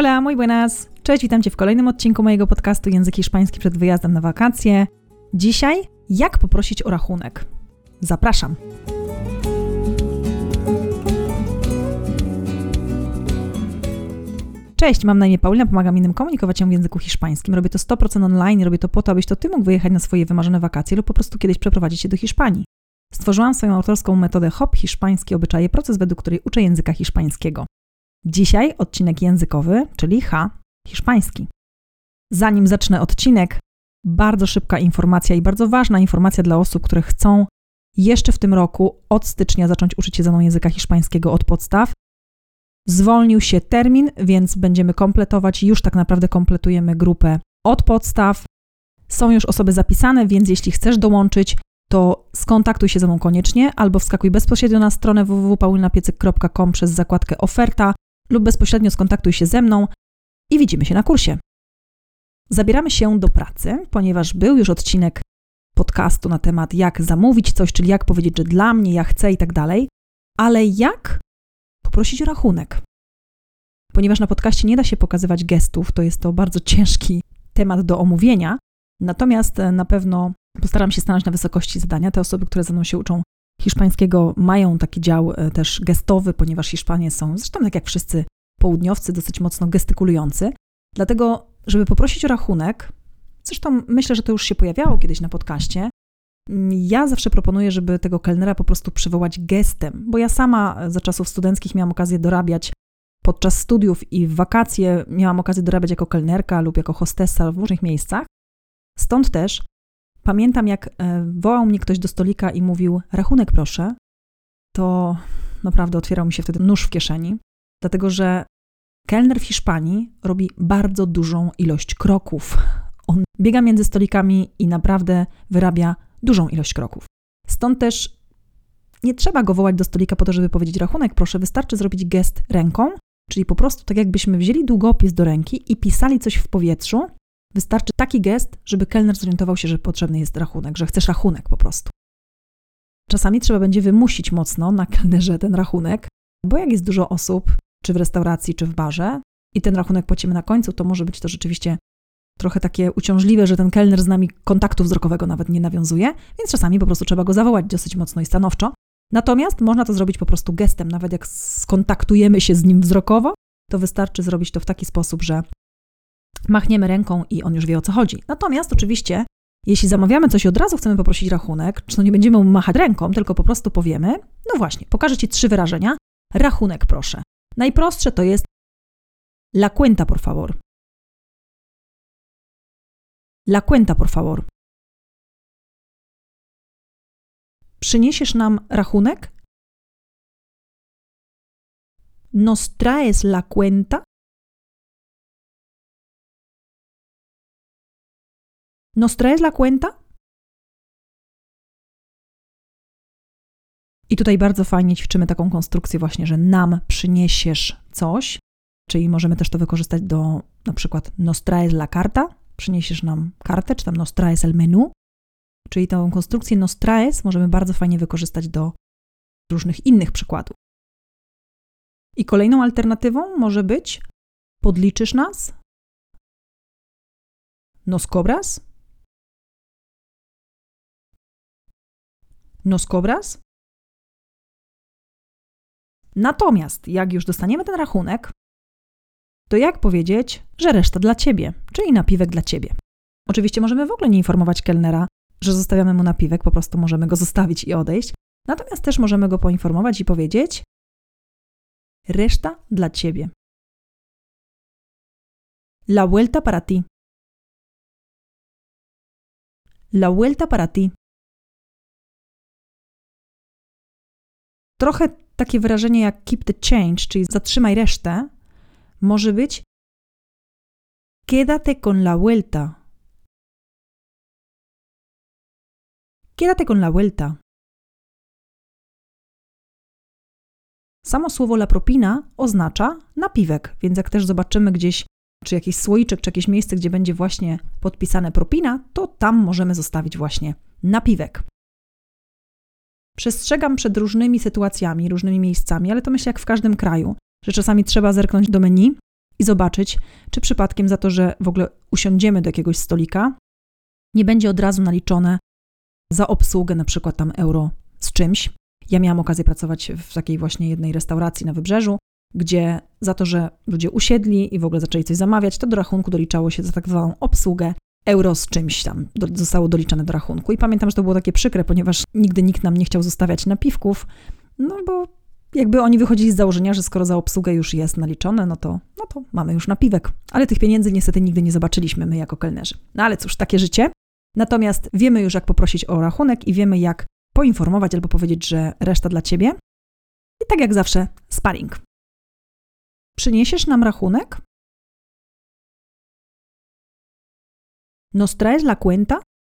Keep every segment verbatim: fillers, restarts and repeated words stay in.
Hola, muy buenas! Cześć, witam Cię w kolejnym odcinku mojego podcastu Język Hiszpański przed wyjazdem na wakacje. Dzisiaj, jak poprosić o rachunek? Zapraszam! Cześć, mam na imię Paulina, pomagam innym komunikować się w języku hiszpańskim. Robię to sto procent online, robię to po to, abyś to Ty mógł wyjechać na swoje wymarzone wakacje lub po prostu kiedyś przeprowadzić się do Hiszpanii. Stworzyłam swoją autorską metodę Hop Hiszpańskie Obyczaje, proces, według której uczę języka hiszpańskiego. Dzisiaj odcinek językowy, czyli H, hiszpański. Zanim zacznę odcinek, bardzo szybka informacja i bardzo ważna informacja dla osób, które chcą jeszcze w tym roku od stycznia zacząć uczyć się ze mną języka hiszpańskiego od podstaw. Zwolnił się termin, więc będziemy kompletować, już tak naprawdę kompletujemy grupę od podstaw. Są już osoby zapisane, więc jeśli chcesz dołączyć, to skontaktuj się ze mną koniecznie albo wskakuj bezpośrednio na stronę w w w kropka paulina piecyk kropka com przez zakładkę oferta lub bezpośrednio skontaktuj się ze mną i widzimy się na kursie. Zabieramy się do pracy, ponieważ był już odcinek podcastu na temat jak zamówić coś, czyli jak powiedzieć, że dla mnie, ja chcę i tak dalej, ale jak poprosić o rachunek. Ponieważ na podcaście nie da się pokazywać gestów, to jest to bardzo ciężki temat do omówienia, natomiast na pewno postaram się stanąć na wysokości zadania. Te osoby, które ze mną się uczą hiszpańskiego, mają taki dział też gestowy, ponieważ Hiszpanie są, zresztą tak jak wszyscy południowcy, dosyć mocno gestykulujący. Dlatego, żeby poprosić o rachunek, zresztą myślę, że to już się pojawiało kiedyś na podcaście, ja zawsze proponuję, żeby tego kelnera po prostu przywołać gestem, bo ja sama za czasów studenckich miałam okazję dorabiać podczas studiów i w wakacje miałam okazję dorabiać jako kelnerka lub jako hostessa w różnych miejscach. Stąd też pamiętam, jak wołał mnie ktoś do stolika i mówił: rachunek proszę, to naprawdę otwierał mi się wtedy nóż w kieszeni, dlatego że kelner w Hiszpanii robi bardzo dużą ilość kroków. On biega między stolikami i naprawdę wyrabia dużą ilość kroków. Stąd też nie trzeba go wołać do stolika po to, żeby powiedzieć rachunek proszę, wystarczy zrobić gest ręką, czyli po prostu tak jakbyśmy wzięli długopis do ręki i pisali coś w powietrzu. Wystarczy taki gest, żeby kelner zorientował się, że potrzebny jest rachunek, że chcesz rachunek po prostu. Czasami trzeba będzie wymusić mocno na kelnerze ten rachunek, bo jak jest dużo osób, czy w restauracji, czy w barze i ten rachunek płacimy na końcu, to może być to rzeczywiście trochę takie uciążliwe, że ten kelner z nami kontaktu wzrokowego nawet nie nawiązuje, więc czasami po prostu trzeba go zawołać dosyć mocno i stanowczo. Natomiast można to zrobić po prostu gestem, nawet jak skontaktujemy się z nim wzrokowo, to wystarczy zrobić to w taki sposób, że machniemy ręką i on już wie, o co chodzi. Natomiast oczywiście, jeśli zamawiamy coś i od razu chcemy poprosić rachunek, czy to nie będziemy machać ręką, tylko po prostu powiemy, no właśnie, pokażę Ci trzy wyrażenia. Rachunek proszę. Najprostsze to jest la cuenta por favor. La cuenta por favor. Przyniesiesz nam rachunek? Nos traes la cuenta? Nos traes la cuenta? I tutaj bardzo fajnie ćwiczymy taką konstrukcję właśnie, że nam przyniesiesz coś, czyli możemy też to wykorzystać do na przykład nos traes la carta, przyniesiesz nam kartę, czy tam nos traes el menú, czyli tą konstrukcję nos traes możemy bardzo fajnie wykorzystać do różnych innych przykładów. I kolejną alternatywą może być podliczysz nas, nos cobras, nos cobras. Natomiast jak już dostaniemy ten rachunek, to jak powiedzieć, że reszta dla Ciebie, czyli napiwek dla Ciebie. Oczywiście możemy w ogóle nie informować kelnera, że zostawiamy mu napiwek, po prostu możemy go zostawić i odejść. Natomiast też możemy go poinformować i powiedzieć: reszta dla Ciebie. La vuelta para ti. La vuelta para ti. Trochę takie wyrażenie jak keep the change, czyli zatrzymaj resztę, może być quédate con la vuelta. Quédate con la vuelta. Samo słowo la propina oznacza napiwek, więc jak też zobaczymy gdzieś, czy jakiś słoiczek, czy jakieś miejsce, gdzie będzie właśnie podpisane propina, to tam możemy zostawić właśnie napiwek. Przestrzegam przed różnymi sytuacjami, różnymi miejscami, ale to myślę jak w każdym kraju, że czasami trzeba zerknąć do menu i zobaczyć, czy przypadkiem za to, że w ogóle usiądziemy do jakiegoś stolika, nie będzie od razu naliczone za obsługę na przykład tam euro z czymś. Ja miałam okazję pracować w takiej właśnie jednej restauracji na Wybrzeżu, gdzie za to, że ludzie usiedli i w ogóle zaczęli coś zamawiać, to do rachunku doliczało się za tak zwaną obsługę euro z czymś tam, do, zostało doliczane do rachunku. I pamiętam, że to było takie przykre, ponieważ nigdy nikt nam nie chciał zostawiać napiwków, no bo jakby oni wychodzili z założenia, że skoro za obsługę już jest naliczone, no to, no to mamy już napiwek. Ale tych pieniędzy niestety nigdy nie zobaczyliśmy my jako kelnerzy. No ale cóż, takie życie. Natomiast wiemy już, jak poprosić o rachunek i wiemy, jak poinformować albo powiedzieć, że reszta dla ciebie. I tak jak zawsze, sparring. Przyniesiesz nam rachunek? ¿Nos traes la cuenta?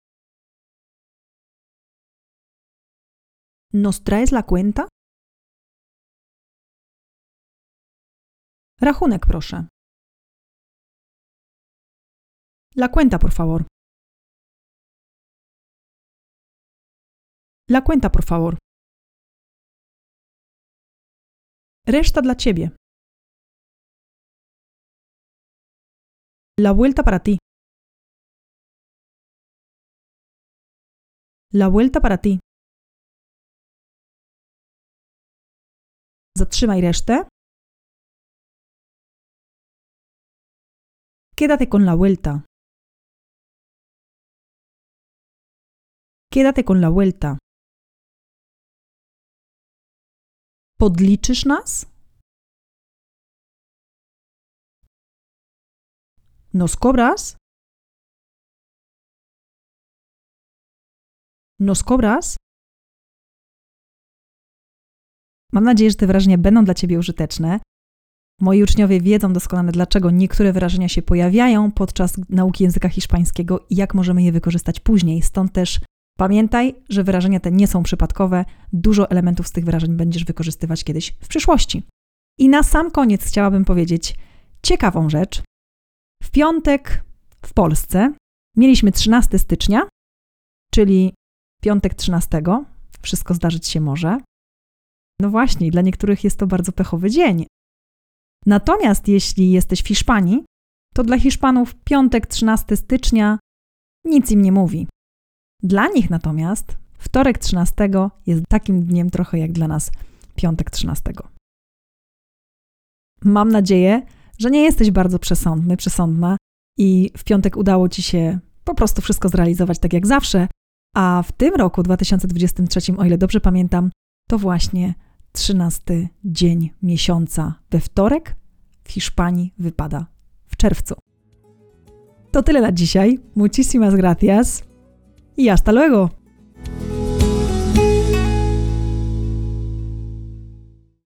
¿Nos traes la cuenta? Rachunek, proszę. La cuenta, por favor. La cuenta, por favor. Reszta dla ciebie. La vuelta para ti. La vuelta para ti. Zatrzymaj resztę. Quédate con la vuelta. Quédate con la vuelta. Podliczysz nas? ¿Nos cobras? ¿Nos cobras? Mam nadzieję, że te wyrażenia będą dla ciebie użyteczne. Moi uczniowie wiedzą doskonale, dlaczego niektóre wyrażenia się pojawiają podczas nauki języka hiszpańskiego i jak możemy je wykorzystać później. Stąd też pamiętaj, że wyrażenia te nie są przypadkowe. Dużo elementów z tych wyrażeń będziesz wykorzystywać kiedyś w przyszłości. I na sam koniec chciałabym powiedzieć ciekawą rzecz. W piątek w Polsce mieliśmy trzynastego stycznia, czyli piątek trzynastego. Wszystko zdarzyć się może. No właśnie, dla niektórych jest to bardzo pechowy dzień. Natomiast jeśli jesteś w Hiszpanii, to dla Hiszpanów piątek trzynastego stycznia nic im nie mówi. Dla nich natomiast wtorek trzynastego jest takim dniem trochę jak dla nas piątek trzynastego. Mam nadzieję, że nie jesteś bardzo przesądny, przesądna i w piątek udało ci się po prostu wszystko zrealizować tak jak zawsze, a w tym roku dwa tysiące dwudziestym trzecim, o ile dobrze pamiętam, to właśnie trzynasty dzień miesiąca we wtorek w Hiszpanii wypada w czerwcu. To tyle na dzisiaj. Muchísimas gracias y hasta luego.